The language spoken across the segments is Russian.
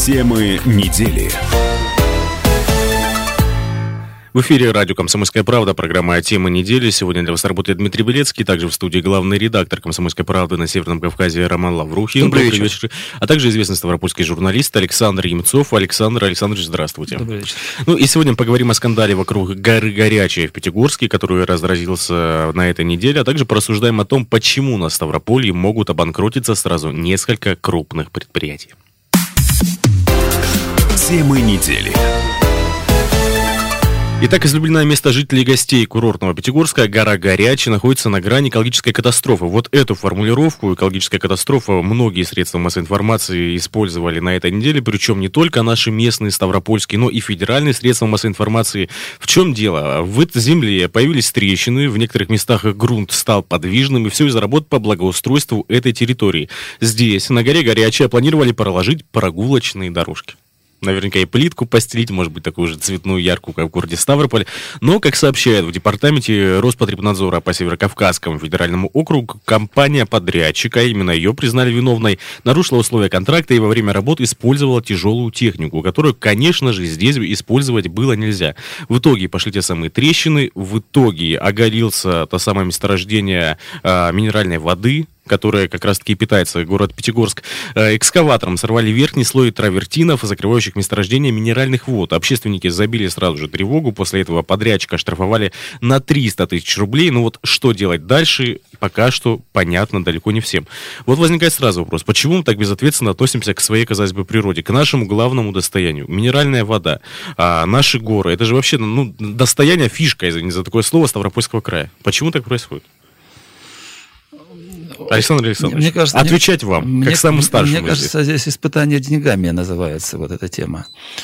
Темы недели. В эфире радио «Комсомольская правда», программа «Темы недели». Сегодня для вас работает Дмитрий Белецкий, также в студии главный редактор «Комсомольской правды» на Северном Кавказе Роман Лаврухин. Добрый вечер. А также известный ставропольский журналист Александр Емцов. Александр Александрович, здравствуйте. Добрый вечер. И сегодня поговорим о скандале вокруг горы Горячая в Пятигорске, который разразился на этой неделе, а также порассуждаем о том, почему на Ставрополье могут обанкротиться сразу несколько крупных предприятий. Темы недели. Итак, излюбленное место жителей и гостей курортного Пятигорска, гора Горячая, находится на грани экологической катастрофы. Вот эту формулировку, экологическая катастрофа, многие средства массовой информации использовали на этой неделе, причем не только наши местные, ставропольские, но и федеральные средства массовой информации. В чем дело? В этой земле появились трещины, в некоторых местах грунт стал подвижным, и все из-за работ по благоустройству этой территории. Здесь, на горе Горячая, планировали проложить прогулочные дорожки. Наверняка и плитку постелить, может быть, такую же цветную, яркую, как в городе Ставрополь. Но, как сообщают в департаменте Роспотребнадзора по Северокавказскому федеральному округу, компания подрядчика, именно ее признали виновной, нарушила условия контракта и во время работ использовала тяжелую технику, которую, конечно же, здесь использовать было нельзя. В итоге пошли те самые трещины, в итоге оголился то самое месторождение минеральной воды, которая как раз-таки питается город Пятигорск. Экскаватором сорвали верхний слой травертинов, закрывающих месторождение минеральных вод. Общественники забили сразу же тревогу. После этого подрядчика оштрафовали на 300 тысяч рублей. Ну вот что делать дальше, пока что понятно далеко не всем. Вот возникает сразу вопрос, почему мы так безответственно относимся к своей, казалось бы, природе, к нашему главному достоянию? Минеральная вода, наши горы. Это же вообще достояние, фишка, извините за такое слово, Ставропольского края. Почему так происходит? Александр Александрович, мне кажется, отвечать вам, как самому старшему. Мне кажется, здесь испытание деньгами называется вот эта тема.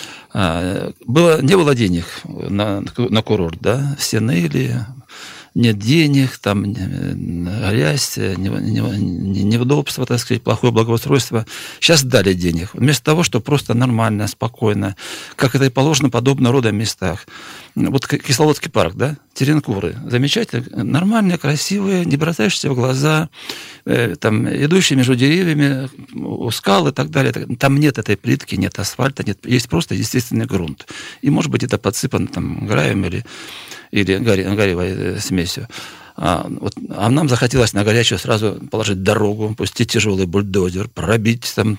Не было денег на курорт, да? Все ныли, нет денег, там грязь, неудобство, так сказать, плохое благоустройство. Сейчас дали денег. Вместо того, чтобы просто нормально, спокойно, как это и положено, подобно родным местах. Вот Кисловодский парк, да, Теренкуры, замечательно, нормальные, красивые, не бросаешься в глаза, там, идущие между деревьями, у скал и так далее. Там нет этой плитки, нет асфальта, нет, есть просто естественный грунт. И, может быть, это подсыпано там гравием или горевой смесью. А нам захотелось на Горячую сразу положить дорогу, пустить тяжелый бульдозер, пробить там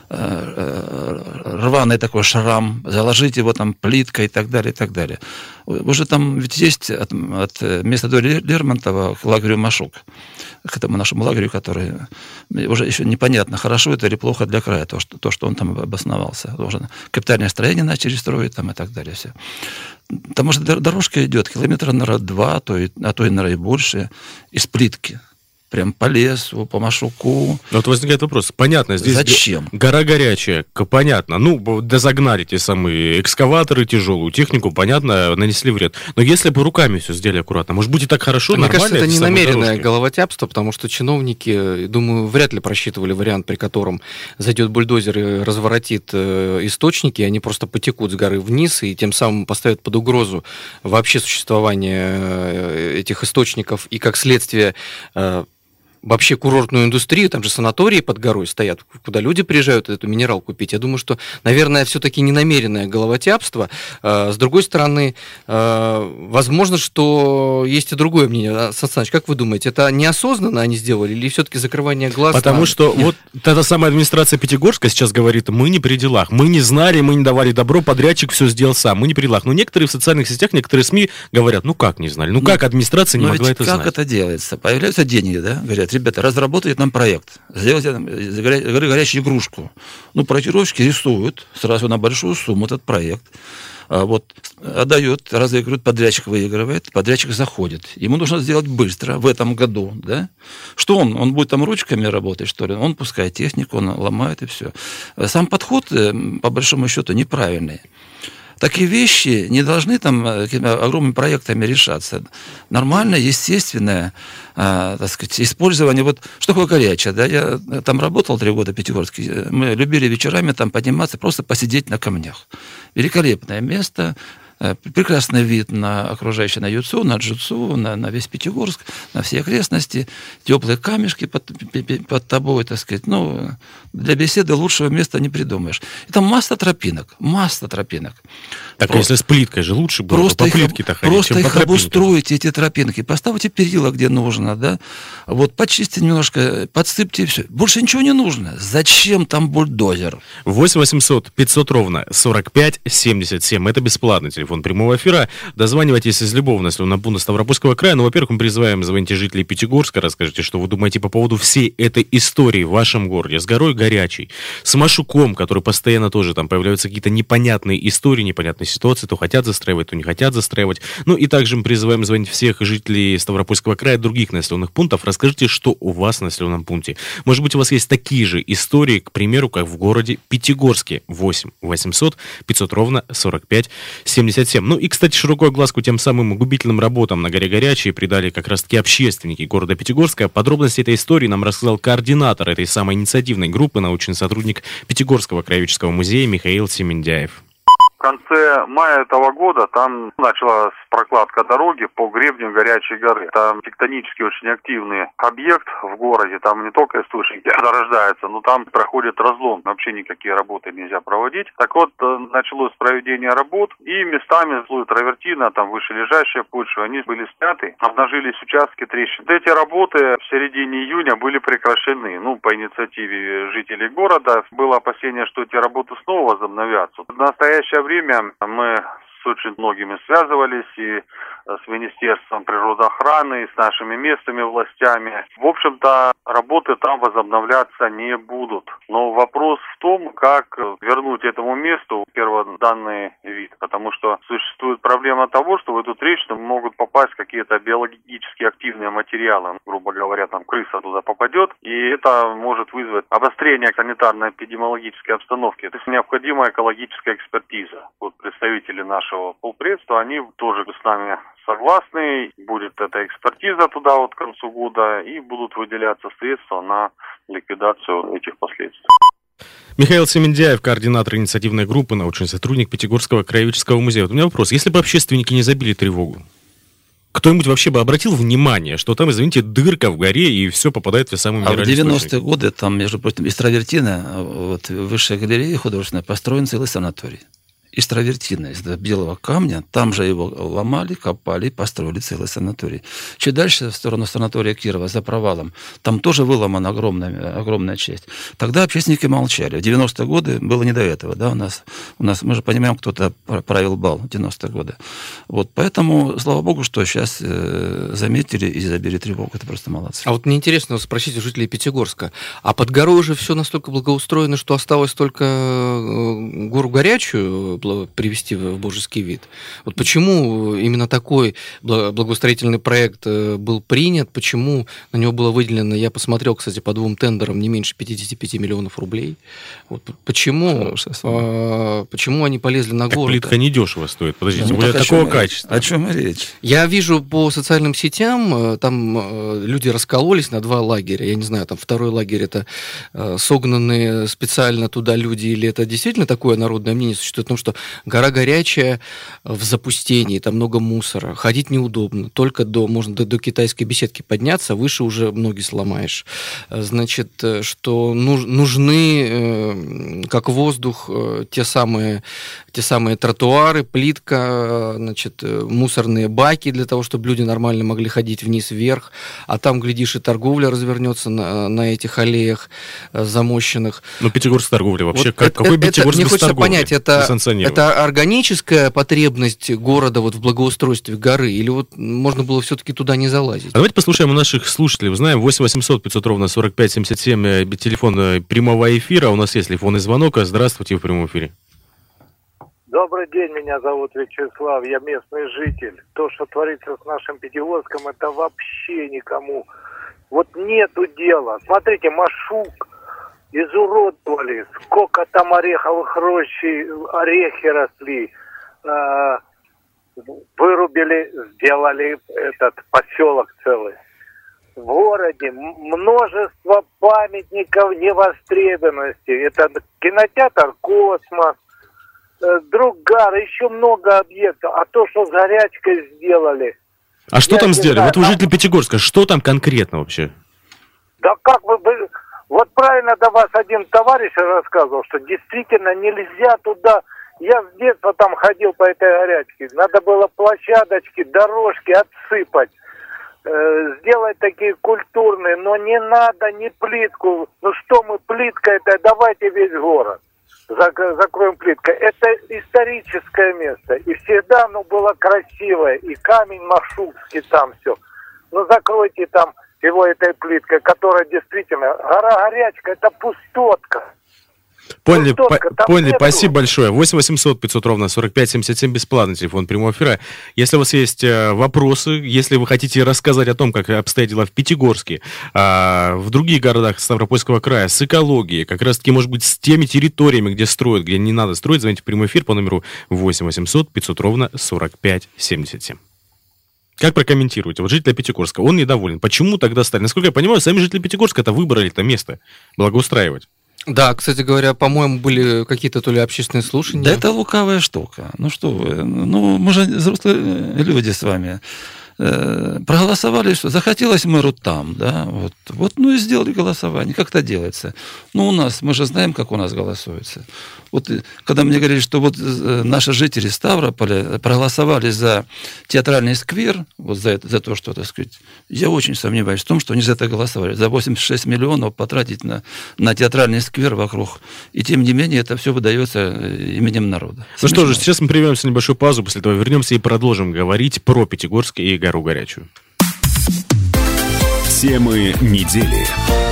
рваный такой шрам, заложить его там плиткой и так далее, и так далее. Уже там ведь есть от места до Лермонтова к лагерю Машук, к этому нашему лагерю, который уже еще непонятно, хорошо это или плохо для края, то, что он там обосновался. Уже капитальное строение начали строить там и так далее. Все. Там уже дорожка идет километра, наверное, 2, а то и, наверное, и больше, из плитки. Прям по лесу, по Машуку. Вот возникает вопрос. Понятно, здесь зачем? Гора Горячая, понятно. Дозагнали те самые экскаваторы, тяжелую технику, понятно, нанесли вред. Но если бы руками все сделали аккуратно, может быть, и так хорошо, мне нормально. Мне кажется, это не намеренное головотяпство, потому что чиновники, думаю, вряд ли просчитывали вариант, при котором зайдет бульдозер и разворотит источники, и они просто потекут с горы вниз, и тем самым поставят под угрозу вообще существование этих источников, и как следствие вообще курортную индустрию, там же санатории под горой стоят, куда люди приезжают эту минералку купить. Я думаю, что, наверное, все-таки ненамеренное головотяпство. С другой стороны, возможно, что есть и другое мнение. Сан Саныч, как вы думаете, это неосознанно они сделали или все-таки закрывание глаз? Потому что вот та самая администрация Пятигорска сейчас говорит, мы не при делах, мы не знали, мы не давали добро, подрядчик все сделал сам, мы не при делах. Но некоторые в социальных сетях, некоторые СМИ говорят, как не знали, как администрация не могла это знать? Как это делается? Появляются деньги, да, говорят, ребята, разработайте нам проект, сделайте нам горячую игрушку. Проектировщики рисуют сразу на большую сумму этот проект. Отдает, разыгрывает, подрядчик выигрывает, подрядчик заходит. Ему нужно сделать быстро, в этом году, да? Что он будет там ручками работать, что ли? Он пускает технику, он ломает и все. Сам подход, по большому счету, неправильный. Такие вещи не должны там огромными проектами решаться. Нормально, естественное, так сказать, использование. Что такое Горячее? Да? Я там работал 3 года в Пятигорске. Мы любили вечерами там подниматься, просто посидеть на камнях. Великолепное место. Прекрасный вид на окружающее, на Юцу, на Джуцу, на весь Пятигорск, на все окрестности. Теплые камешки под тобой, так сказать. Ну, для беседы лучшего места не придумаешь. И там масса тропинок. Так, если с плиткой же лучше было, просто по плитке-то ходить, просто чем по их тропинке. обустроите, эти тропинки, поставьте перила, где нужно, да, вот почистите немножко, подсыпьте, и все. Больше ничего не нужно. Зачем там бульдозер? 8 800 500 ровно 45 77. Это бесплатный телефон прямого эфира. Дозванивайтесь из любого населенного пункта Ставропольского края. Ну, во-первых, мы призываем звоните жителей Пятигорска, расскажите, что вы думаете по поводу всей этой истории в вашем городе. С горой Горячей, с Машуком, который постоянно тоже там появляются какие-то непонятные истории, непонятные ситуации, то хотят застраивать, то не хотят застраивать. Ну и также мы призываем звонить всех жителей Ставропольского края, других населенных пунктов. Расскажите, что у вас в населенном пункте. Может быть, у вас есть такие же истории, к примеру, как в городе Пятигорске. 8 800 500 ровно 45 77. Ну и, кстати, широкую огласку тем самым губительным работам на горе Горячей придали как раз-таки общественники города Пятигорска. Подробности этой истории нам рассказал координатор этой самой инициативной группы, научный сотрудник Пятигорского краеведческого музея Михаил Семендяев. В конце мая этого года там началась прокладка дороги по гребню Горячей горы. Там тектонически очень активный объект в городе. Там не только источники зарождаются, но там проходит разлом. Вообще никакие работы нельзя проводить. Так вот, началось проведение работ, и местами слой травертина, там вышележащая почва, они были сняты, обнажились участки трещин. Эти работы в середине июня были прекращены. Ну, по инициативе жителей города. Было опасение, что эти работы снова возобновятся. В настоящее время мы с очень многими связывались, и с Министерством природоохраны, и с нашими местными властями. В общем-то, работы там возобновляться не будут. Но вопрос в том, как вернуть этому месту перводанный вид. Потому что существует проблема того, что в эту трещину могут попасть какие-то биологически активные материалы. Грубо говоря, там крыса туда попадет, и это может вызвать обострение санитарно-эпидемиологической обстановки. То есть необходима экологическая экспертиза. Вот представители нашего полпредства, они тоже с нами согласны. Будет эта экспертиза туда вот к концу года, и будут выделяться средства на ликвидацию этих последствий. Михаил Семендяев, координатор инициативной группы, научный сотрудник Пятигорского краеведческого музея. Вот у меня вопрос. Если бы общественники не забили тревогу, кто-нибудь вообще бы обратил внимание, что там, извините, дырка в горе, и все попадает в те самые минеральные источники? В 90-е годы, там, между прочим, из травертина, вот, в Высшей галерее художественной, построен целый санаторий. Из травертина, из белого камня, там же его ломали, копали, построили целый санаторий. Чуть дальше, в сторону санатория Кирова, за провалом, там тоже выломана огромная часть. Тогда общественники молчали. В 90-е годы было не до этого, да, у нас мы же понимаем, кто-то правил бал в 90-е годы. Вот, поэтому, слава богу, что сейчас заметили и забили тревогу, это просто молодцы. А вот мне интересно спросить у жителей Пятигорска, а под горой уже все настолько благоустроено, что осталось только гору Горячую привести в божеский вид. Вот почему именно такой благоустроительный проект был принят, почему на него было выделено, я посмотрел, кстати, по двум тендерам не меньше 55 миллионов рублей. Вот почему они полезли на гору? Плитка недешево стоит, подождите, Ну, такого качества. О чем речь? Я вижу по социальным сетям, там люди раскололись на два лагеря. Я не знаю, там второй лагерь — это согнанные специально туда люди, или это действительно такое народное мнение существует о том, что гора Горячая в запустении, там много мусора, ходить неудобно, только можно до китайской беседки подняться, выше уже ноги сломаешь. Значит, что нужны, как воздух, те самые тротуары, плитка, значит, мусорные баки для того, чтобы люди нормально могли ходить вниз-вверх, а там, глядишь, и торговля развернется на этих аллеях замощенных. Ну, Пятигорск торговля вообще, Вот какой Пятигорск мне без хочется торговли? понять, это органическая потребность города вот в благоустройстве горы, или вот можно было все-таки туда не залазить? А давайте послушаем у наших слушателей. Узнаем 8 800 500 ровно 45 77, телефон прямого эфира. У нас есть телефонный звонок. Здравствуйте, в прямом эфире. Добрый день, меня зовут Вячеслав, я местный житель. То, что творится с нашим Пятигорском, это вообще никому. Вот нету дела. Смотрите, Машук изуродовали, сколько там ореховых рощ, орехи росли, вырубили, сделали этот поселок целый. В городе множество памятников невостребованности. Это кинотеатр «Космос», Другар, еще много объектов. А то, что с горячкой сделали. А что там сделали? Вот вы житель Пятигорска, что там конкретно вообще? Да как вы... Вот правильно до вас один товарищ рассказывал, что действительно нельзя туда... Я с детства там ходил по этой горячке. Надо было площадочки, дорожки отсыпать. Сделать такие культурные. Но не надо ни плитку. Ну что мы, плитка это, давайте весь город. Закроем плиткой. Это историческое место. И всегда оно было красивое. И камень Машукский там все. Ну закройте там его этой плиткой, которая действительно... Гора Горячка, это пустотка. Поняли, спасибо большое. 8 800 500 ровно 45 77, бесплатный телефон прямого эфира. Если у вас есть вопросы, если вы хотите рассказать о том, как обстоят дела в Пятигорске, в других городах Ставропольского края, с экологией, как раз таки, может быть, с теми территориями, где строят, где не надо строить, звоните в прямой эфир по номеру 8 800 500 ровно 45 77. Как прокомментируете? Вот житель Пятигорска, он недоволен. Почему тогда стали? Насколько я понимаю, сами жители Пятигорска это выбрали это место благоустраивать. Да, кстати говоря, по-моему, были какие-то то ли общественные слушания. Да это лукавая штука. Ну что вы, ну мы же взрослые люди с вами. Проголосовали, что захотелось мэру там, да, вот, ну и сделали голосование. Как это делается? Ну, у нас, мы же знаем, как у нас голосуется. Вот, когда мне говорили, что вот наши жители Ставрополя проголосовали за театральный сквер, вот за то, что, так сказать, я очень сомневаюсь в том, что они за это голосовали. За 86 миллионов потратить на театральный сквер вокруг. И тем не менее, это все выдается именем народа. Ну что же, сейчас мы прервемся на небольшую паузу, после этого вернемся и продолжим говорить про Пятигорск и гору Горячую. Темы недели.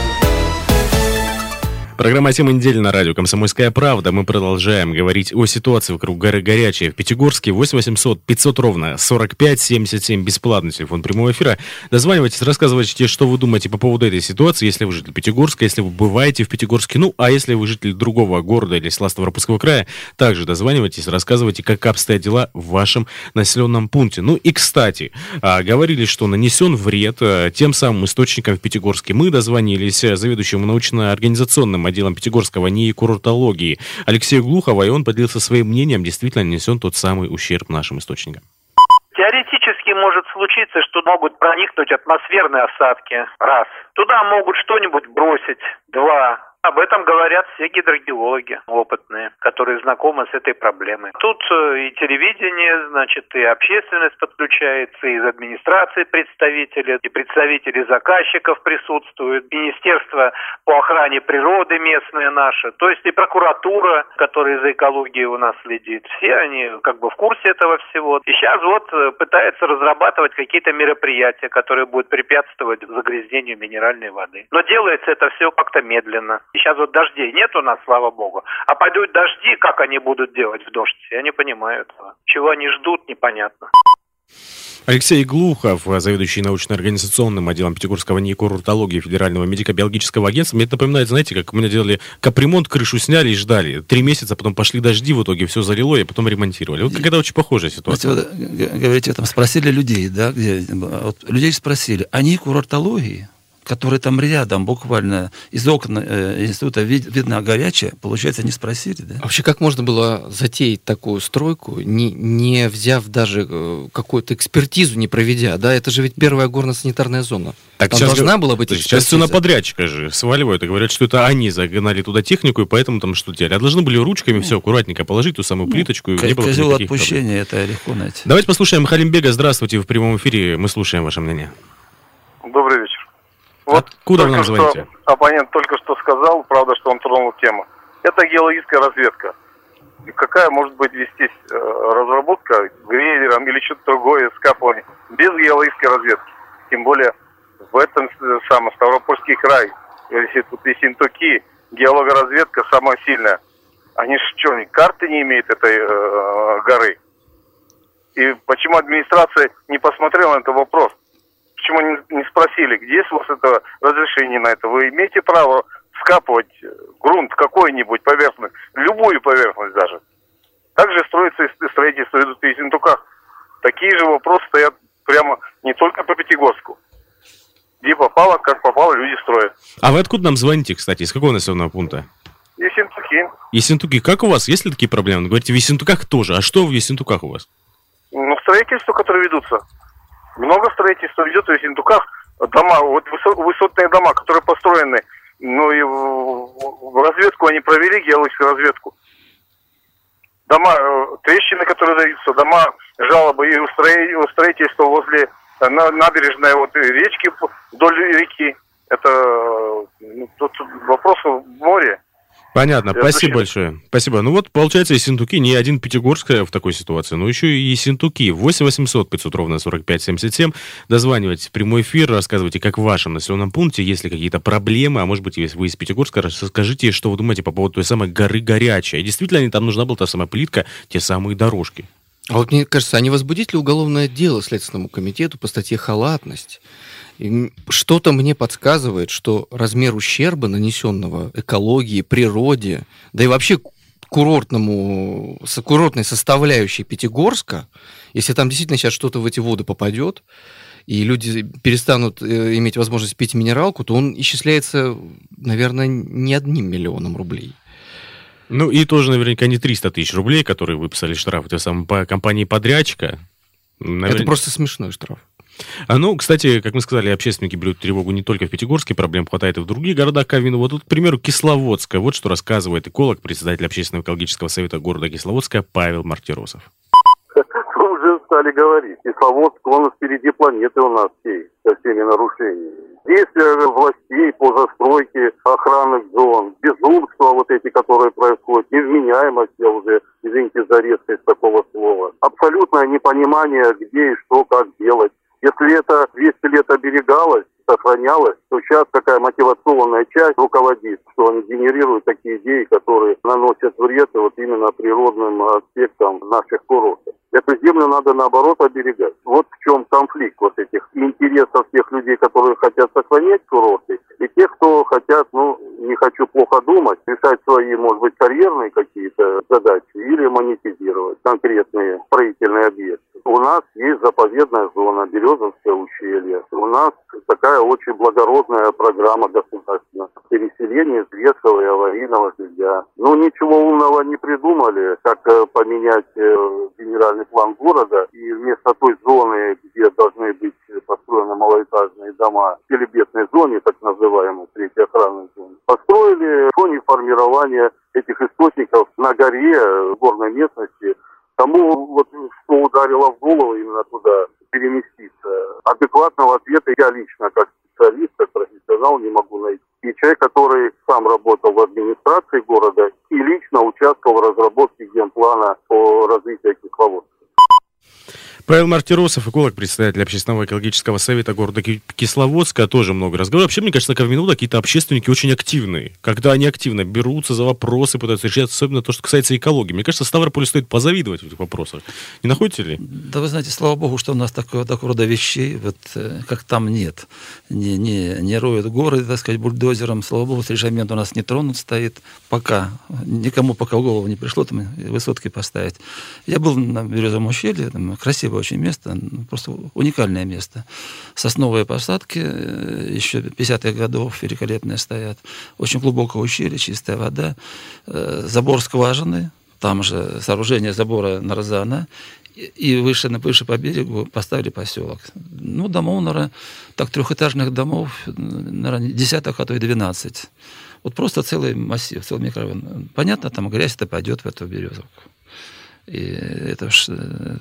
Программа «Тема недели» на радио «Комсомольская правда». Мы продолжаем говорить о ситуации вокруг горы Горячей в Пятигорске. 8 800 500 ровно 45 77. Бесплатный телефон прямого эфира. Дозванивайтесь, рассказывайте, что вы думаете по поводу этой ситуации, если вы житель Пятигорска, если вы бываете в Пятигорске. Ну, а если вы житель другого города или села Ставропольского края, также дозванивайтесь, рассказывайте, как обстоят дела в вашем населенном пункте. Ну и, кстати, говорили, что нанесен вред тем самым источникам в Пятигорске. Мы дозвонились заведующему научно-организационным отделом Пятигорского НИИ курортологии Алексею Глухову, и он поделился своим мнением, действительно нанесен тот самый ущерб нашим источникам. Теоретически может случиться, что могут проникнуть атмосферные осадки, раз. Туда могут что-нибудь бросить, два. Об этом говорят все гидрогеологи опытные, которые знакомы с этой проблемой. Тут и телевидение, значит, и общественность подключается, и из администрации представители, и представители заказчиков присутствуют, Министерство по охране природы местное наше, то есть и прокуратура, которая за экологией у нас следит. Все они как бы в курсе этого всего. И сейчас вот пытаются разрабатывать какие-то мероприятия, которые будут препятствовать загрязнению минеральной воды. Но делается это все как-то медленно. Сейчас вот дождей нет у нас, слава богу. А пойдут дожди, как они будут делать в дождь? Я не понимаю этого. Чего они ждут, непонятно. Алексей Глухов, заведующий научно-организационным отделом Пятигорского НИИ курортологии Федерального медико-биологического агентства. Мне это напоминает, знаете, как у меня делали капремонт, крышу сняли и ждали. 3 месяца, потом пошли дожди, в итоге все залило, и потом ремонтировали. Вот какая-то очень похожая ситуация. Вот, говорите, там спросили людей, да, где, вот, людей спросили, они курортологии, которые там рядом, буквально из окон института видно горячее, получается, не спросили, да? Вообще, как можно было затеять такую стройку, не взяв даже какую-то экспертизу, не проведя, да? Это же ведь первая горно-санитарная зона. Так там сейчас должна была быть экспертиза. Сейчас все на подрядчика же сваливают и говорят, что это они загнали туда технику, и поэтому там что делали. А должны были ручками все аккуратненько положить, ту самую плиточку. Козел отпущения, это легко найти. Давайте послушаем Халимбега. Здравствуйте, в прямом эфире. Мы слушаем ваше мнение. Добрый вечер. Вот откуда вы нам звоните? Оппонент только что сказал, правда, что он тронул тему. Это геологическая разведка. И какая может быть вестись разработка грейдером или что-то другое, скапывание, без геологической разведки? Тем более в этом самом Ставропольский край, если тут Ессентуки, геологоразведка самая сильная. Они же что, карты не имеют этой горы? И почему администрация не посмотрела на этот вопрос? Почему не спросили, где у вас это разрешение на это? Вы имеете право скапывать грунт какой-нибудь, поверхность, любую поверхность даже. Также строится строительство идут в Ессентуках. Такие же вопросы стоят прямо не только по Пятигорску. Где попало, как попало, люди строят. А вы откуда нам звоните, кстати? Из какого населенного пункта? Ессентуки. Ессентуки. Как у вас? Есть ли такие проблемы? Говорите, в Ессентуках тоже. А что в Ессентуках у вас? Ну, строительство, которое ведутся. Много строительства ведет в Ессентуках. Дома, вот высотные дома, которые построены, ну и в разведку они провели, геологическую разведку. Дома, трещины, которые даются, дома, жалобы и строительство возле набережной вот, речки, вдоль реки. Это тут вопрос в море. Понятно, спасибо большое. Спасибо. Ну вот, получается, Ессентуки, не один Пятигорск в такой ситуации, но еще и Ессентуки. 8 800 500 ровно 45 77. Дозванивайтесь в прямой эфир, рассказывайте, как в вашем населенном пункте, есть ли какие-то проблемы, а может быть, если вы из Пятигорска, расскажите, что вы думаете по поводу той самой горы Горячей. И действительно ли там нужна была та самая плитка, те самые дорожки? А вот мне кажется, а не возбудить ли уголовное дело Следственному комитету по статье «Халатность»? И что-то мне подсказывает, что размер ущерба, нанесенного экологии, природе, да и вообще курортной составляющей Пятигорска, если там действительно сейчас что-то в эти воды попадет, и люди перестанут иметь возможность пить минералку, то он исчисляется, наверное, не 1 миллионом рублей. Ну и тоже наверняка не 300 тысяч рублей, которые выписали штраф той самой по компании подрядчика. Это просто смешной штраф. Ну, кстати, как мы сказали, общественники берут тревогу не только в Пятигорске, проблем хватает и в других городах Ковина. Вот тут, к примеру, Кисловодская. Вот что рассказывает эколог, председатель общественного экологического совета города Кисловодска Павел Мартиросов. Уже стали говорить. Кисловодск, он впереди планеты у нас всей, со всеми нарушениями. Действия властей по застройке охранных зон, безумства вот эти, которые происходят, невменяемость, я уже, извините за резкость такого слова, абсолютное непонимание, где и что, как делать. Если это 200 лет оберегалось, сохранялось, то сейчас такая мотивационная часть руководит, что они генерируют такие идеи, которые наносят вред вот именно природным аспектам наших курортов. Эту землю надо, наоборот, оберегать. Вот в чем конфликт вот этих интересов тех людей, которые хотят сохранять курорты, и тех, кто хотят, не хочу плохо думать, решать свои, может быть, карьерные какие-то задачи или монетизировать конкретные строительные объекты. У нас есть заповедная зона, Березовское ущелье. У нас такая очень благородная программа государственная. Переселение из ветхого и аварийного жилья. Ничего умного не придумали, как поменять генеральный план города. И вместо той зоны, где должны быть построены малоэтажные дома, в телебедной зоне, так называемой, третьей охранной зоне, построили в фоне формирования этих источников на горе, в горной местности. Кому что ударило в голову именно туда переместиться? Адекватного ответа я лично, как специалист, как профессионал, не могу найти. И человек, который сам работал в администрации города и лично участвовал в разработке генплана по развитию Кисловодска. Павел Мартиросов, эколог, председатель общественного экологического совета города Кисловодска, тоже много разговоров. Вообще, мне кажется, на Ковину какие-то общественники очень активные. Когда они активно берутся за вопросы, пытаются решать, особенно то, что касается экологии. Мне кажется, Ставрополю стоит позавидовать в этих вопросах. Не находите ли? Да вы знаете, слава богу, что у нас такого рода вещей, как там нет. Не роют горы, так сказать, бульдозером. Слава богу, стрижамент у нас не тронут, стоит. Пока. Никому пока в голову не пришло там высотки поставить. Я был на Березовом ущелье, там красивое очень место, просто уникальное место. Сосновые посадки, еще 50-х годов великолепные стоят. Очень глубокое ущелье, чистая вода. Забор скважины, там же сооружение забора нарзана. И выше по берегу поставили поселок. Домов, наверное, так трехэтажных домов, наверное, десяток, а то и 12. Вот просто целый массив, целый микрорайон. Понятно, там грязь-то пойдет в эту Березовку. И это ж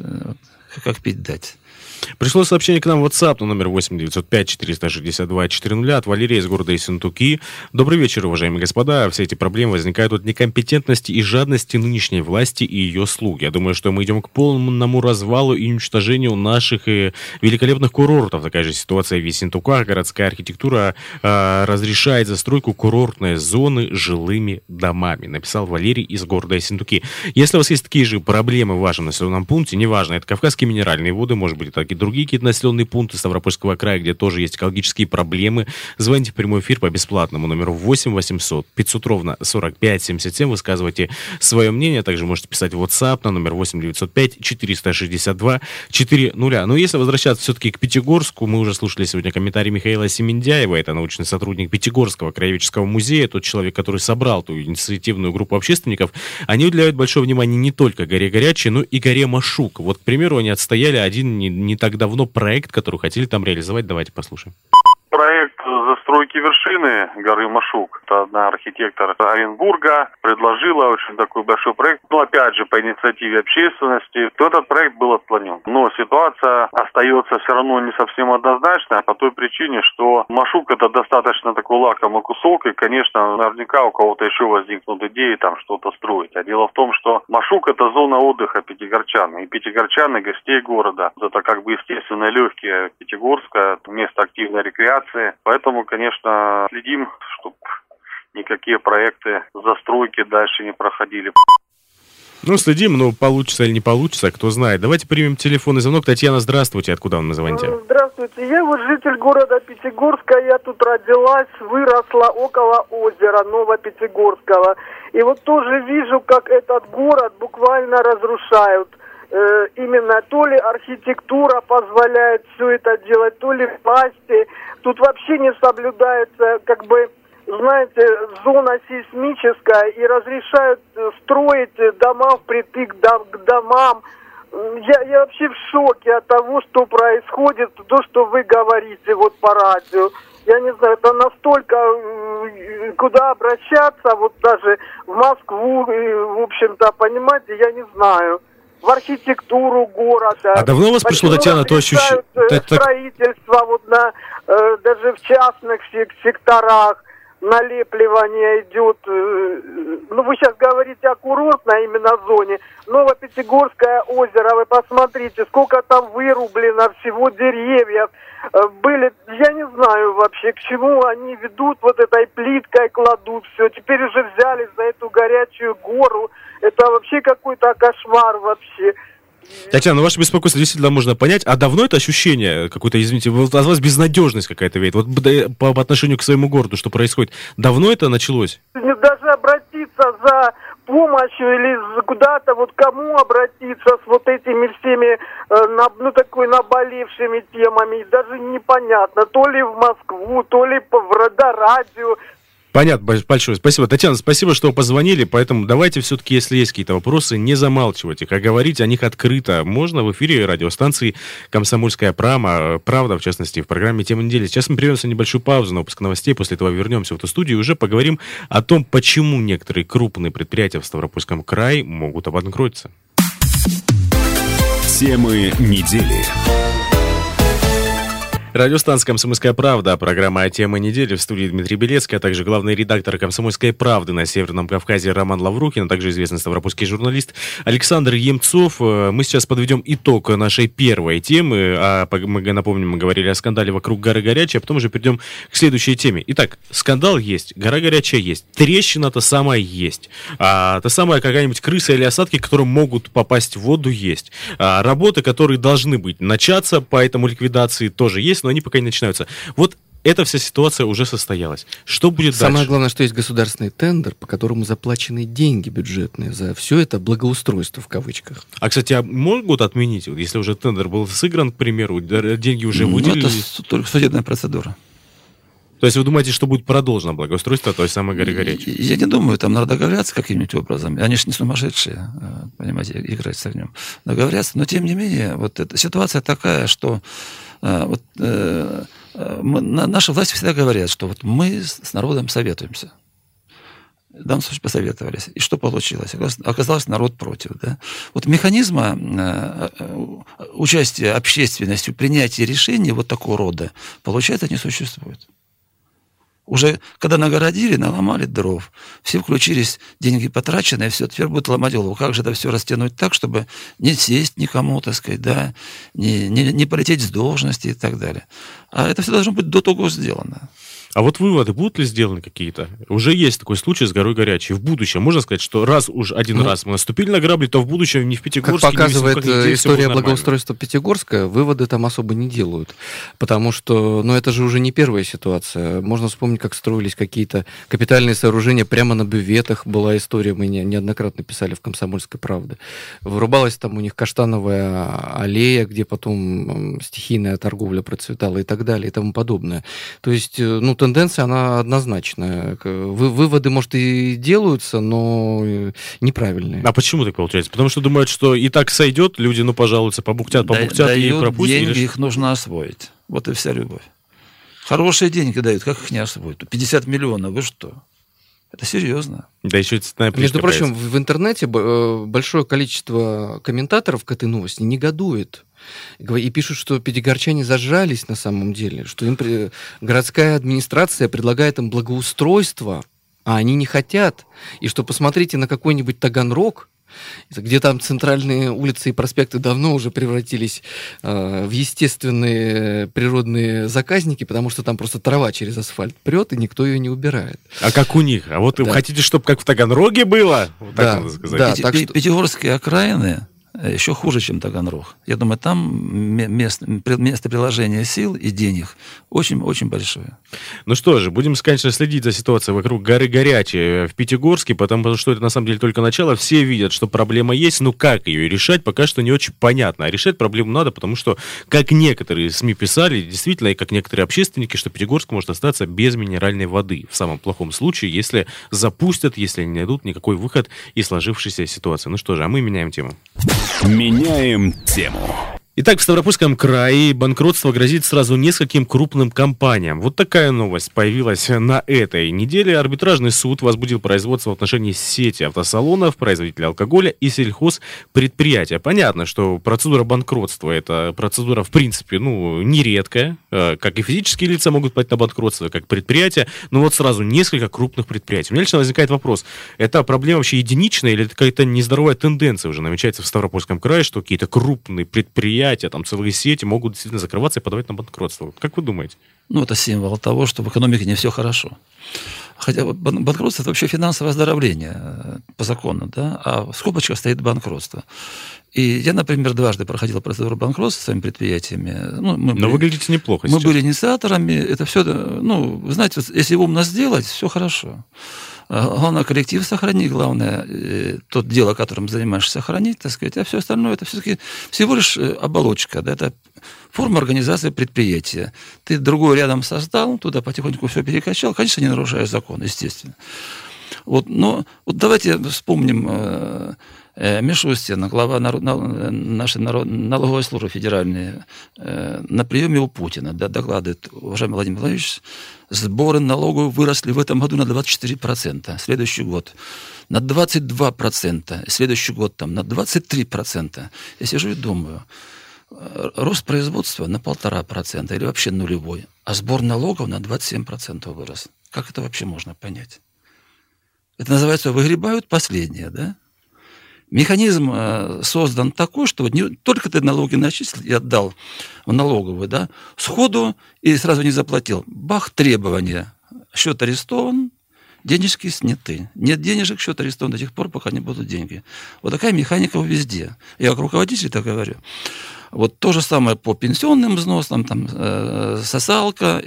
как пить дать. Пришло сообщение к нам в WhatsApp на номер 8 905 462 400 от Валерия из города Ессентуки. Добрый вечер, уважаемые господа. Все эти проблемы возникают от некомпетентности и жадности нынешней власти и ее слуг. Я думаю, что мы идем к полному развалу и уничтожению наших великолепных курортов. Такая же ситуация в Ессентуках. Городская архитектура разрешает застройку курортной зоны жилыми домами, написал Валерий из города Ессентуки. Если у вас есть такие же проблемы в вашем населенном пункте, неважно, это Кавказская Ставропольские минеральные воды, может быть, и другие какие-то населенные пункты Ставропольского края, где тоже есть экологические проблемы. Звоните в прямой эфир по бесплатному номеру 8 800 500 ровно 45 77. Высказывайте свое мнение. Также можете писать в WhatsApp на номер 8 905 462 400. Но если возвращаться все-таки к Пятигорску, мы уже слушали сегодня комментарий Михаила Семендяева, это научный сотрудник Пятигорского краеведческого музея, тот человек, который собрал ту инициативную группу общественников. Они уделяют большое внимание не только горе Горячей, но и горе Машук. Вот, к примеру, они отстояли один не так давно проект, который хотели там реализовать. Давайте послушаем. Проект застройки вершины горы Машук. Это одна архитектор Оренбурга предложила очень такой большой проект. Но опять же, по инициативе общественности, то этот проект был отклонен. Но ситуация остается все равно не совсем однозначная по той причине, что Машук это достаточно такой лакомый кусок. И, конечно, наверняка у кого-то еще возникнут идеи там что-то строить. А дело в том, что Машук это зона отдыха пятигорчан. И пятигорчан, и гостей города. Это как бы естественно легкие Пятигорска, место активной рекреации. Поэтому, конечно, следим, чтобы никакие проекты застройки дальше не проходили. Ну, следим, но получится или не получится, кто знает. Давайте примем телефонный звонок. Татьяна, здравствуйте. Откуда вы звоните? Здравствуйте. Я вот житель города Пятигорска. Я тут родилась, выросла около озера Новопятигорского. И вот тоже вижу, как этот город буквально разрушают. Именно то ли архитектура позволяет все это делать, то ли власти. Тут вообще не соблюдается, как бы, знаете, зона сейсмическая и разрешают строить дома впритык к домам. Я вообще в шоке от того, что происходит, то, что вы говорите вот по радио. Я не знаю, это настолько, куда обращаться, вот даже в Москву, в общем-то, понимаете, я не знаю. В архитектуру города. А давно у вас пришло, Татьяна, то ощущение? Строительство вот на, даже в частных секторах налепливание идет. Ну, вы сейчас говорите о курортной именно зоне. Новопятигорское озеро, вы посмотрите, сколько там вырублено всего деревьев. Были, я не знаю вообще, к чему они ведут, вот этой плиткой кладут все. Теперь уже взялись за эту горячую гору. Это вообще какой-то кошмар вообще. Татьяна, ваше беспокойство действительно можно понять. А давно это ощущение какое-то, извините, от вас безнадежность какая-то веет? Вот по отношению к своему городу, что происходит? Давно это началось? Даже обратиться за помощью или куда-то, вот кому обратиться с вот этими всеми, такой наболевшими темами, даже непонятно. То ли в Москву, то ли до радио. Понятно, большое спасибо. Татьяна, спасибо, что позвонили, поэтому давайте все-таки, если есть какие-то вопросы, не замалчивать их, а говорить о них открыто. Можно в эфире радиостанции «Комсомольская правда», в частности, в программе «Тема недели». Сейчас мы прервемся небольшую паузу на выпуск новостей, после этого вернемся в эту студию и уже поговорим о том, почему некоторые крупные предприятия в Ставропольском крае могут обанкротиться. Темы недели. Радиостанция «Комсомольская правда», программа «Тема недели», в студии Дмитрий Белецкий, а также главный редактор «Комсомольской правды» на Северном Кавказе Роман Лаврухин, а также известный ставропольский журналист Александр Емцов. Мы сейчас подведем итог нашей первой темы. Мы напомним, мы говорили о скандале вокруг горы Горячей, а потом уже перейдем к следующей теме. Итак, скандал есть, гора Горячая есть, трещина-то самая есть, та самая какая-нибудь крыса или осадки, которые могут попасть в воду, есть. Работы, которые должны быть начаться по этому ликвидации, тоже есть, но они пока не начинаются. Вот эта вся ситуация уже состоялась. Что будет дальше? Самое главное, что есть государственный тендер, по которому заплачены деньги бюджетные за все это благоустройство в кавычках. А, кстати, могут отменить, если уже тендер был сыгран, к примеру, деньги уже выделили? Это только судебная процедура. То есть вы думаете, что будет продолжено благоустройство той самой горы Горячей? Я не думаю, там надо договорятся каким-нибудь образом. Они же не сумасшедшие, понимаете, играть с огнем. Договорятся, но тем не менее, вот эта ситуация такая, что наши власти всегда говорят, что вот мы с народом советуемся. В данном случае посоветовались. И что получилось? Оказалось, народ против. Да? Вот механизма участия общественности в принятии решений вот такого рода, получается, не существует. Уже когда нагородили, наломали дров, все включились, деньги потраченные, все, теперь будут ломать голову. Как же это все растянуть так, чтобы не сесть никому, так сказать, да, не полететь с должности и так далее. А это все должно быть до того сделано. А вот выводы будут ли сделаны какие-то? Уже есть такой случай с горой Горячей. В будущем можно сказать, что раз уж один раз мы наступили на грабли, то в будущем ни в Пятигорске, как показывает ни в Веселках, история благоустройства Пятигорска, выводы там особо не делают. Потому что, это же уже не первая ситуация. Можно вспомнить, как строились какие-то капитальные сооружения прямо на бюветах. Была история, мы неоднократно писали в «Комсомольской правде». Вырубалась там у них каштановая аллея, где потом стихийная торговля процветала и так далее, и тому подобное. То есть, тенденция, она однозначная. Выводы, может, и делаются, но неправильные. А почему так получается? Потому что думают, что и так сойдет, люди, пожалуются, побухтят и пропустят. Деньги, их нужно освоить. Вот и вся любовь. Хорошие деньги дают, как их не освоить? 50 миллионов, вы что? Это серьезно. Да еще между прочим, в интернете большое количество комментаторов к этой новости негодует. И пишут, что пятигорчане зажрались на самом деле, что им городская администрация предлагает им благоустройство, а они не хотят. И что посмотрите на какой-нибудь Таганрог, где там центральные улицы и проспекты давно уже превратились в естественные природные заказники, потому что там просто трава через асфальт прет, и никто ее не убирает. А как у них? А вот вы хотите, чтобы как в Таганроге было? Вот так надо сказать. Да, Пятигорские окраины еще хуже, чем Таганрог. Я думаю, там место приложения сил и денег очень-очень большое. Ну что же, будем, конечно, следить за ситуацией вокруг горы Горячей в Пятигорске, потому что это на самом деле только начало. Все видят, что проблема есть, но как ее решать, пока что не очень понятно. А решать проблему надо, потому что, как некоторые СМИ писали, действительно, и как некоторые общественники, что Пятигорск может остаться без минеральной воды. В самом плохом случае, если запустят, если не найдут никакой выход из сложившейся ситуации. Ну что же, а мы меняем тему. Меняем тему. Итак, в Ставропольском крае банкротство грозит сразу нескольким крупным компаниям. Вот такая новость появилась на этой неделе. Арбитражный суд возбудил производство в отношении сети автосалонов, производителей алкоголя и сельхозпредприятия. Понятно, что процедура банкротства – это процедура, в принципе, нередкая. Как и физические лица могут подать на банкротство, как предприятия. Но вот сразу несколько крупных предприятий. У меня лично возникает вопрос. Это проблема вообще единичная или это какая-то нездоровая тенденция уже намечается в Ставропольском крае, что какие-то крупные предприятия, там целые сети могут действительно закрываться и подавать на банкротство. Как вы думаете? Это символ того, что в экономике не все хорошо. Хотя банкротство – это вообще финансовое оздоровление по закону, да? А в скобочках стоит банкротство. И я, например, дважды проходил процедуру банкротства своими предприятиями. Но выглядите неплохо мы были инициаторами. Это все, знаете, если умно сделать, все хорошо. Главное, коллектив сохранить, главное, то дело, которым занимаешься, сохранить, так сказать, а все остальное, это все-таки всего лишь оболочка, да, это форма организации предприятия. Ты другой рядом создал, туда потихоньку все перекачал, конечно, не нарушаешь закон, естественно. Но давайте вспомним Мишустина, глава нашей налоговой службы федеральной, на приеме у Путина, докладывает: уважаемый Владимир Владимирович, сборы налогов выросли в этом году на 24%, следующий год на 22%, следующий год там на 23%. Я сижу и думаю, рост производства на 1,5% или вообще нулевой, а сбор налогов на 27% вырос. Как это вообще можно понять? Это называется выгребают последнее, да? Механизм создан такой, что не только ты налоги начислил и отдал в налоговую, да, сходу и сразу не заплатил. Бах, требования. Счет арестован, денежки сняты. Нет денежек, счет арестован до тех пор, пока не будут деньги. Вот такая механика везде. Я как руководитель так говорю. Вот то же самое по пенсионным взносам, там, социалка,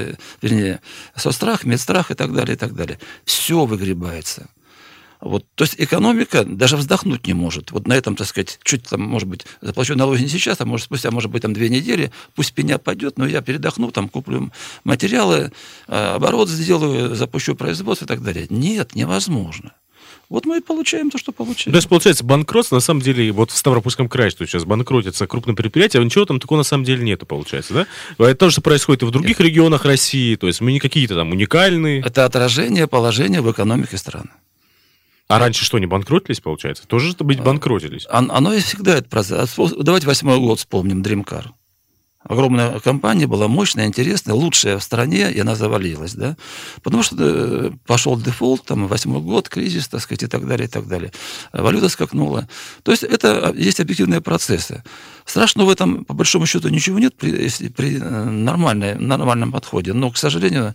соцстрах, медстрах и так далее, и так далее. Все выгребается. То есть экономика даже вздохнуть не может. Вот на этом, так сказать, чуть там, может быть, заплачу налоги не сейчас, а спустя, может быть, 2 недели, пусть пеня пойдет, но я передохну, там, куплю материалы, оборот сделаю, запущу производство и так далее. Нет, невозможно. Вот мы и получаем то, что получаем. То есть, получается, банкротство, на самом деле, вот в Ставропольском крае, что сейчас банкротится крупное предприятие, а ничего там такого на самом деле нету, получается, да? Это то, что происходит и в других регионах России, то есть мы не какие-то там уникальные. Это отражение положения в экономике страны. А раньше что, не банкротились, получается? Тоже быть банкротились? Оно и всегда это процесс. Давайте 8-й год вспомним, Dreamcar. огромная компания была мощная, интересная, лучшая в стране, и она завалилась, да, потому что пошел дефолт, там, 8-й год, кризис, так сказать, и так далее, и так далее. Валюта скакнула. То есть это есть объективные процессы. Страшного в этом, по большому счету, ничего нет при нормальном подходе, но, к сожалению,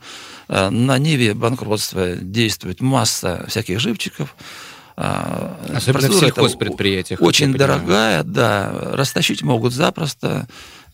на ниве банкротства действует масса всяких живчиков. Особенно в сельхозпредприятиях. Очень дорогая, да, растащить могут запросто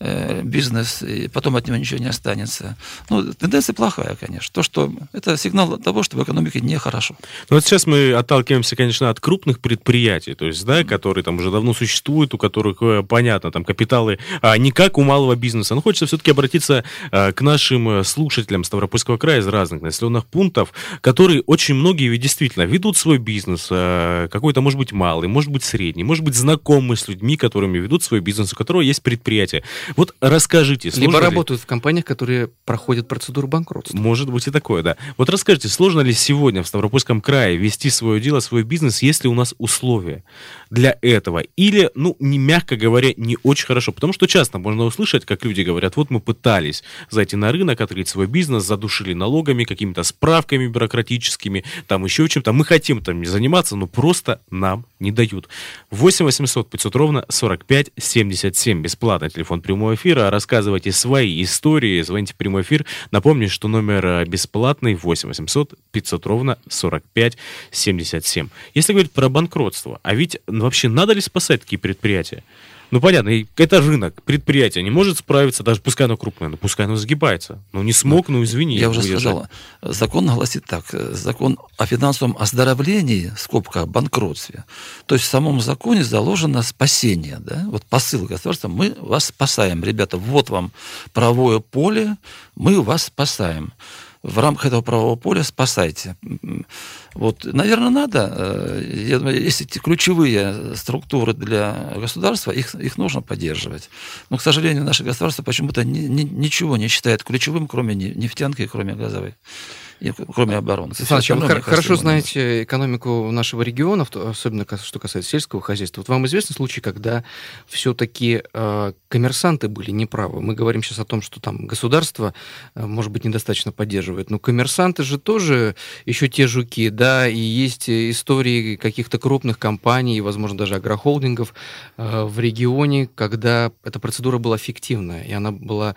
бизнес, и потом от него ничего не останется. Ну, тенденция плохая, конечно. То, что это сигнал того, что в экономике нехорошо. Ну, вот сейчас мы отталкиваемся, конечно, от крупных предприятий, то есть, да, которые там уже давно существуют, у которых, понятно, там капиталы не как у малого бизнеса. Но хочется все-таки обратиться к нашим слушателям Ставропольского края из разных населенных пунктов, которые очень многие ведь действительно ведут свой бизнес, какой-то, может быть, малый, может быть, средний, может быть, знакомый с людьми, которыми ведут свой бизнес, у которого есть предприятие. Вот расскажите. Либо работают в компаниях, которые проходят процедуру банкротства. Может быть и такое, да. Вот расскажите, сложно ли сегодня в Ставропольском крае вести свое дело, свой бизнес, если у нас условия для этого? Или, ну, не, мягко говоря, не очень хорошо? Потому что часто можно услышать, как люди говорят, вот мы пытались зайти на рынок, открыть свой бизнес, задушили налогами, какими-то справками бюрократическими, там еще чем-то. Мы хотим там не заниматься, но просто нам не дают. 8 800 500 ровно 45 77. Бесплатный телефон прямого эфира. Рассказывайте свои истории, звоните в прямой эфир. Напомню, что номер бесплатный 8 800 500 ровно 45 77. Если говорить про банкротство, а ведь вообще надо ли спасать такие предприятия? Ну, понятно, это рынок, предприятие не может справиться, даже пускай оно крупное, но пускай оно сгибается. Ну, не смог, ну, извини. Я уже сказал, закон гласит так, закон о финансовом оздоровлении, скобка, банкротстве. То есть в самом законе заложено спасение, да, вот посыл государства, мы вас спасаем, ребята, вот вам правовое поле, мы вас спасаем. В рамках этого правового поля спасайте. Вот, наверное, надо. Я думаю, есть эти ключевые структуры для государства, их нужно поддерживать. Но, к сожалению, наше государство почему-то ничего не считает ключевым, кроме нефтянки, кроме газовой. И кроме обороны. Вы хорошо знаете экономику нашего региона, особенно что касается сельского хозяйства. Вот вам известны случаи, когда все-таки коммерсанты были неправы? Мы говорим сейчас о том, что там государство, может быть, недостаточно поддерживает, но коммерсанты же тоже еще те жуки, да, и есть истории каких-то крупных компаний, возможно, даже агрохолдингов в регионе, когда эта процедура была фиктивная, и она была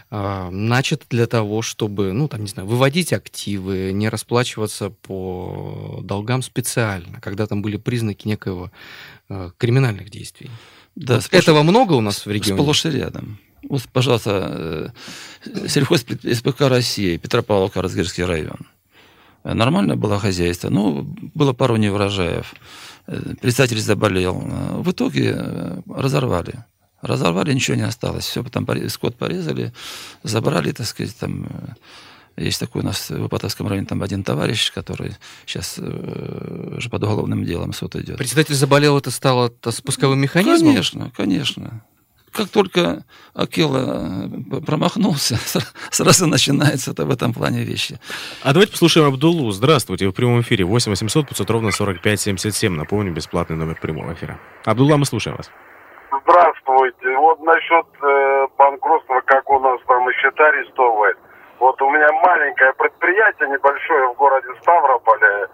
начат для того, чтобы, ну, там, не знаю, выводить активы, не расплачиваться по долгам специально, когда там были признаки некоего криминальных действий. Да, вот этого много у нас в регионе? Сплошь и рядом. Вот, пожалуйста, сельхоз СПК «Россия», Петропавловск-Каразгерский район. Нормально было хозяйство, ну, было пару неурожаев. Председатель заболел. В итоге разорвали. Разорвали, ничего не осталось. Все, потом скот порезали, забрали, так сказать, там... Есть такой у нас в Ипатовском районе там один товарищ, который сейчас уже под уголовным делом суд идет. Председатель заболел, это стало спусковым механизмом? Конечно, конечно. Как только Акела промахнулся, сразу начинается в этом плане вещи. А давайте послушаем Абдуллу. Здравствуйте, в прямом эфире 8 800 500 ровно 45 77. Напомню, бесплатный номер прямого эфира. Абдулла, мы слушаем вас. Здравствуйте. Вот насчет банкротства, как у нас там и счета арестовывают. Вот у меня маленькое предприятие небольшое в городе Ставрополе.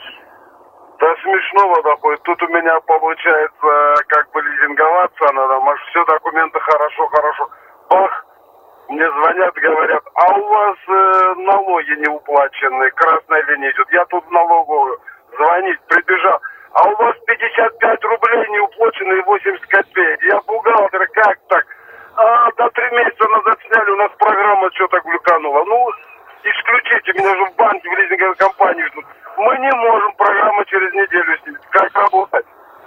До смешного доходит. Тут у меня получается как бы лизинговаться надо. Все документы хорошо. Бах! Мне звонят, говорят, а у вас налоги не уплачены, красная линия идет. Я тут в налоговую звонить прибежал. А у вас 55 рублей не уплачены и 80 копеек. Я бухгалтер, как так? До 3 месяца назад сняли, у нас программа что-то глюканула. Ну, исключите, меня же в банке, в лизинговой компании ждут. Мы не можем программу через неделю снять. Как работать?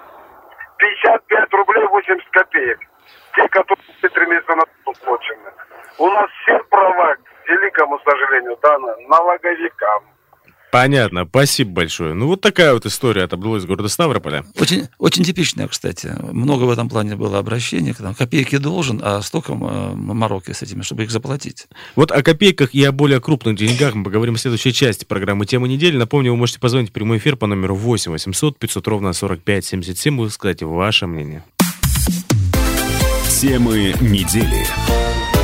55 рублей 80 копеек. Те, которые 3 месяца назад уплачены. У нас все права, к великому сожалению, даны налоговикам. Понятно, спасибо большое. Ну, вот такая вот история от Абдуллы из города Ставрополя. Очень, очень типичная, кстати. Много в этом плане было обращений. Там, копейки должен, а столько мороки с этими, чтобы их заплатить. Вот о копейках и о более крупных деньгах мы поговорим в следующей части программы «Тема недели». Напомню, вы можете позвонить в прямой эфир по номеру 8 800 500 ровно 45 77. Вы скажете ваше мнение. Темы недели.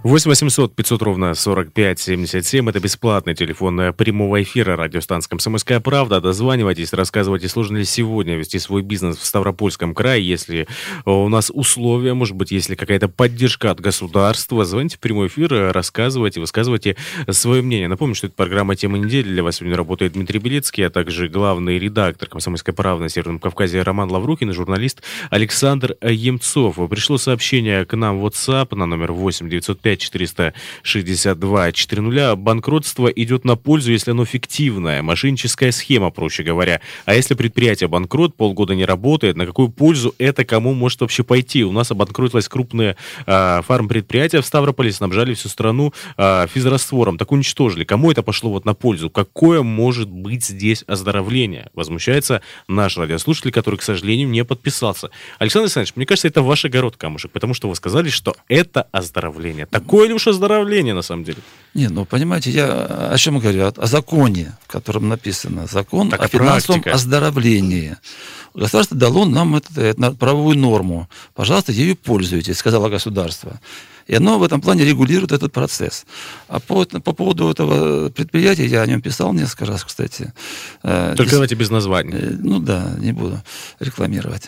8 800 500 ровно 45 77. Это бесплатный телефон прямого эфира радиостанции «Комсомольская правда». Дозванивайтесь, рассказывайте, сложно ли сегодня вести свой бизнес в Ставропольском крае, если у нас условия, может быть, если какая-то поддержка от государства. Звоните в прямой эфир, рассказывайте, высказывайте свое мнение. Напомню, что это программа «Тема недели». Для вас сегодня работает Дмитрий Белецкий, а также главный редактор «Комсомольской правды» на Северном Кавказе Роман Лаврухин и журналист Александр Емцов. Пришло сообщение к нам в WhatsApp на номер 8 905 462 400. Банкротство идет на пользу, если оно фиктивное, мошенническая схема, проще говоря. А если предприятие банкрот, полгода не работает, на какую пользу это кому может вообще пойти? У нас обанкротилось крупное фармпредприятие в Ставрополе, снабжали всю страну физраствором. Так уничтожили. Кому это пошло вот на пользу? Какое может быть здесь оздоровление? Возмущается наш радиослушатель, который, к сожалению, не подписался. Александр Александрович, мне кажется, это ваш огород камушек, потому что вы сказали, что это оздоровление. Такое ли уж оздоровление, на самом деле? Не, ну, понимаете, я о чем говорю? О законе, в котором написано. Закон так о финансовом оздоровлении. Государство дало нам эту правовую норму. Пожалуйста, ею пользуйтесь, сказало государство. И оно в этом плане регулирует этот процесс. А по поводу этого предприятия, я о нем писал несколько раз, кстати. Только давайте без названий. Ну да, не буду рекламировать.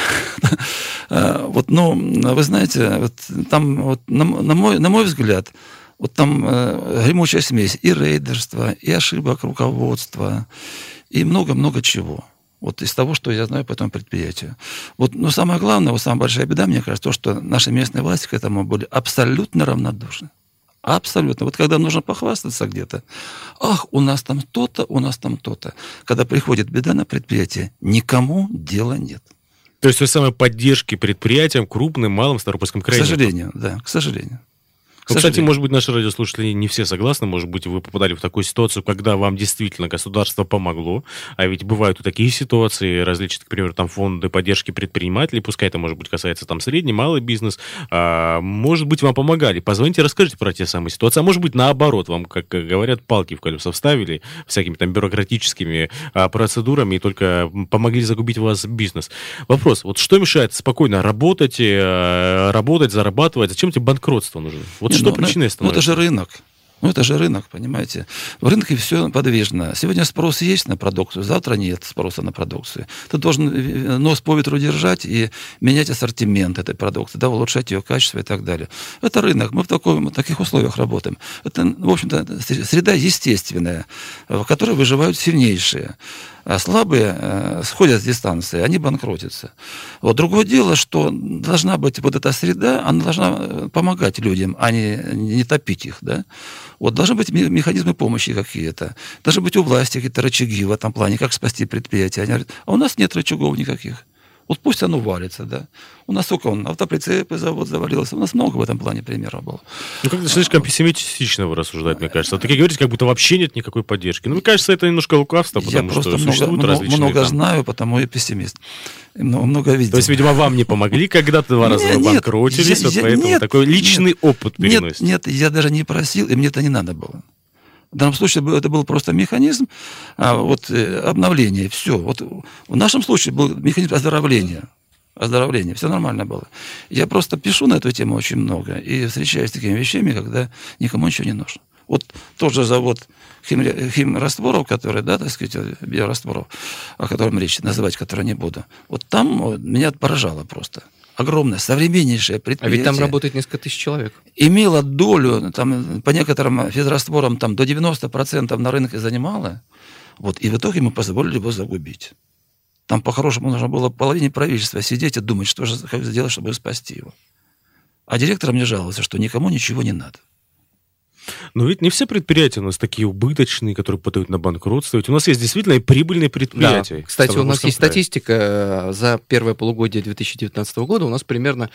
Вот, ну, вы знаете, вот там, вот, на мой взгляд, вот там гремучая смесь и рейдерства, и ошибок руководства, и много-много чего. Вот из того, что я знаю по этому предприятию. Вот, но самое главное, вот самая большая беда, мне кажется, то, что наши местные власти к этому были абсолютно равнодушны. Абсолютно. Вот когда нужно похвастаться где-то, ах, у нас там то-то, у нас там то-то. Когда приходит беда на предприятие, никому дела нет. То есть той самой поддержки предприятиям, крупным, малым, в Ставропольском крае? К сожалению, да, к сожалению. Ну, кстати, может быть, наши радиослушатели не все согласны, может быть, вы попадали в такую ситуацию, когда вам действительно государство помогло, а ведь бывают и такие ситуации, различные, к примеру, там фонды поддержки предпринимателей, пускай это, может быть, касается там средний, малый бизнес, может быть, вам помогали. Позвоните, расскажите про те самые ситуации, а может быть, наоборот, вам, как говорят, палки в колеса вставили всякими там бюрократическими процедурами и только помогли загубить у вас бизнес. Вопрос, вот что мешает спокойно работать, зарабатывать, зачем тебе банкротство нужно? Вот что причиной становится? Ну, это же рынок. Ну, это же рынок, понимаете. В рынке все подвижно. Сегодня спрос есть на продукцию, завтра нет спроса на продукцию. Ты должен нос по ветру держать и менять ассортимент этой продукции, да, улучшать ее качество и так далее. Это рынок. Мы в таких условиях работаем. Это, в общем-то, среда естественная, в которой выживают сильнейшие. А слабые сходят с дистанции, они банкротятся. Вот другое дело, что должна быть вот эта среда, она должна помогать людям, а не топить их, да. Вот должны быть механизмы помощи какие-то, должны быть у власти какие-то рычаги в этом плане, как спасти предприятие. Они говорят, а у нас нет рычагов никаких. Вот пусть оно валится, да. У нас сколько автоприцепы завод завалился. У нас много в этом плане примеров было. Ну, как-то слишком пессимистично вы рассуждаете, мне кажется. Так и говорите, как будто вообще нет никакой поддержки. Ну, мне кажется, это немножко лукавство, потому что существуют различные... Я много знаю, потому и пессимист. Много видел. То есть, видимо, вам не помогли когда-то, 2 раза вы банкротились, вот поэтому такой личный опыт переносите. Нет, я даже не просил, и мне это не надо было. В данном случае это был просто механизм обновления. Все. Вот в нашем случае был механизм оздоровления. Все нормально было. Я просто пишу на эту тему очень много и встречаюсь с такими вещами, когда никому ничего не нужно. Вот тот же завод химрастворов, который, да, так сказать, биорастворов, о котором речь называть, который не буду. Вот там меня поражало просто. Огромное, современнейшее предприятие. А ведь там работает несколько тысяч человек. Имела долю, там, по некоторым физрастворам, там, до 90% на рынке занимала. Вот, и в итоге мы позволили его загубить. Там, по-хорошему, нужно было половине правительства сидеть и думать, что же, как сделать, чтобы спасти его. А директор мне жаловался, что никому ничего не надо. Но ведь не все предприятия у нас такие убыточные, которые подают на банкротство. Ведь у нас есть действительно и прибыльные предприятия. Да. Кстати, у нас есть статистика. За первое полугодие 2019 года у нас примерно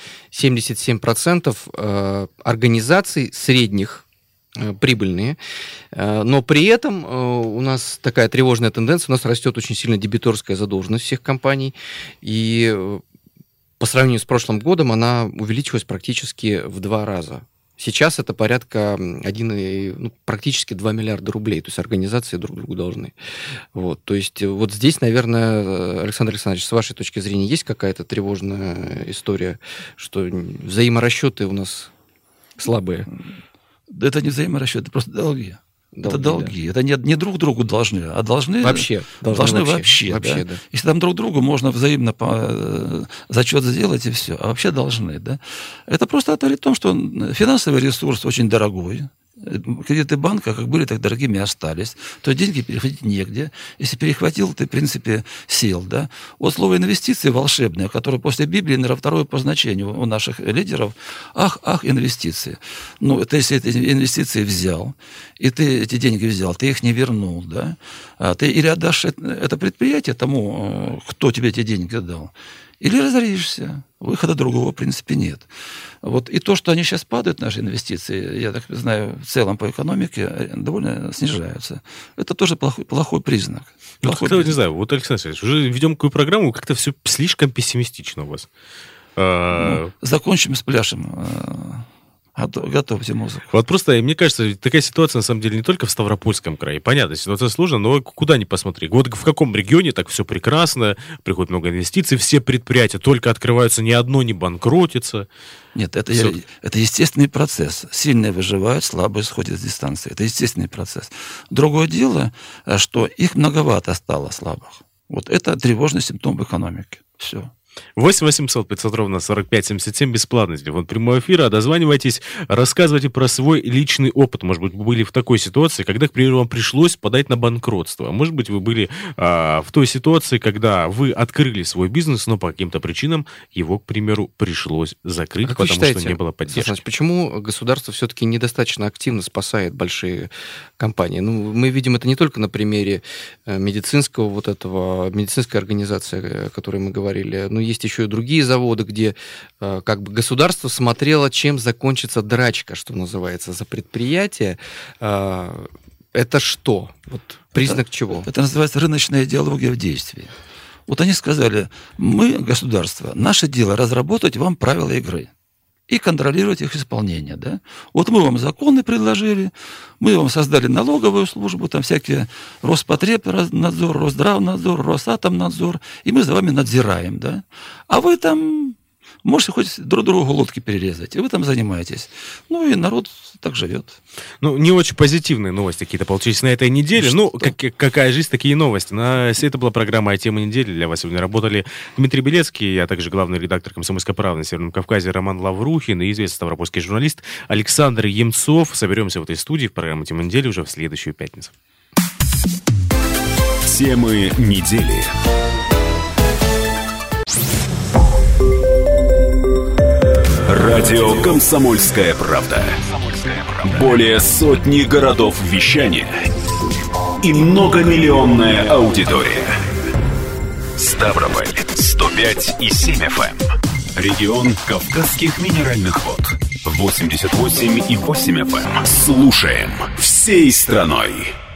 77% организаций средних прибыльные, но при этом у нас такая тревожная тенденция, у нас растет очень сильно дебиторская задолженность всех компаний, и по сравнению с прошлым годом она увеличилась практически в 2 раза. Сейчас это порядка практически 2 миллиарда рублей, то есть организации друг другу должны. Вот, то есть вот здесь, наверное, Александр Александрович, с вашей точки зрения, есть какая-то тревожная история, что взаиморасчеты у нас... слабые. Это не взаиморасчет, это просто долги. Это долги. Да. Это не друг другу должны, а должны вообще. Должны вообще. Да? Если там друг другу можно взаимно зачет сделать и все, а вообще должны. Да? Это просто говорит о том, что финансовый ресурс очень дорогой. Кредиты банка как были, так дорогими остались. То есть деньги перехватить негде. Если перехватил, ты, в принципе, сел. Да? Вот слово «инвестиции» волшебное, которое после Библии, наверное, второе по значению у наших лидеров. Ах, инвестиции. Ну, ты, если эти инвестиции взял, и ты эти деньги взял, ты их не вернул, да? Ты или отдашь это предприятие тому, кто тебе эти деньги дал, или разоришься. Выхода другого, в принципе, нет. Вот. И то, что они сейчас падают, наши инвестиции, я так знаю, в целом по экономике довольно снижаются. Это тоже плохой признак. Не знаю, вот, Александр Александрович, уже ведем какую программу, как-то все слишком пессимистично у вас. Закончим с пляшем. Готовьте музыку. Вот просто, мне кажется, такая ситуация, на самом деле, не только в Ставропольском крае. Понятно, ситуация сложная, но куда ни посмотри. Вот в каком регионе так все прекрасно, приходит много инвестиций, все предприятия только открываются, ни одно не банкротится. Нет, это естественный процесс. Сильные выживают, слабые сходят с дистанции. Это естественный процесс. Другое дело, что их многовато стало слабых. Вот это тревожный симптом в экономике. Все. 8 800 500 ровно 45 77, бесплатный телефон прямого эфира. Дозванивайтесь, рассказывайте про свой личный опыт. Может быть, вы были в такой ситуации, когда, к примеру, вам пришлось подать на банкротство. Может быть, вы были в той ситуации, когда вы открыли свой бизнес, но по каким-то причинам его, к примеру, пришлось закрыть, потому что не было поддержки. Почему государство все-таки недостаточно активно спасает большие компании? Ну, мы видим это не только на примере медицинской организации, о которой мы говорили, но есть еще и другие заводы, где как бы государство смотрело, чем закончится драчка, что называется, за предприятие. Это что? Вот признак чего? Это называется рыночная идеология в действии. Вот они сказали, мы, государство, наше дело разработать вам правила игры и контролировать их исполнение. Да? Вот мы вам законы предложили, мы вам создали налоговую службу, там всякие Роспотребнадзор, Росздравнадзор, Росатомнадзор, и мы за вами надзираем. Да? А вы там можете хоть друг другу глотки перерезать, и вы там занимаетесь. Ну и народ так живет. Ну, не очень позитивные новости какие-то получились на этой неделе. Ну, какая жизнь, такие новости. Это была программа «Тема недели». Для вас сегодня работали Дмитрий Белецкий, а также главный редактор «Комсомольской правды» на Северном Кавказе Роман Лаврухин и известный ставропольский журналист Александр Емцов. Соберемся в этой студии в программе «Тема недели» уже в следующую пятницу. Темы недели. Радио «Комсомольская правда». Более сотни городов вещания и многомиллионная аудитория. Ставрополь 105,7 FM. Регион Кавказских минеральных вод 88,8 FM. Слушаем всей страной.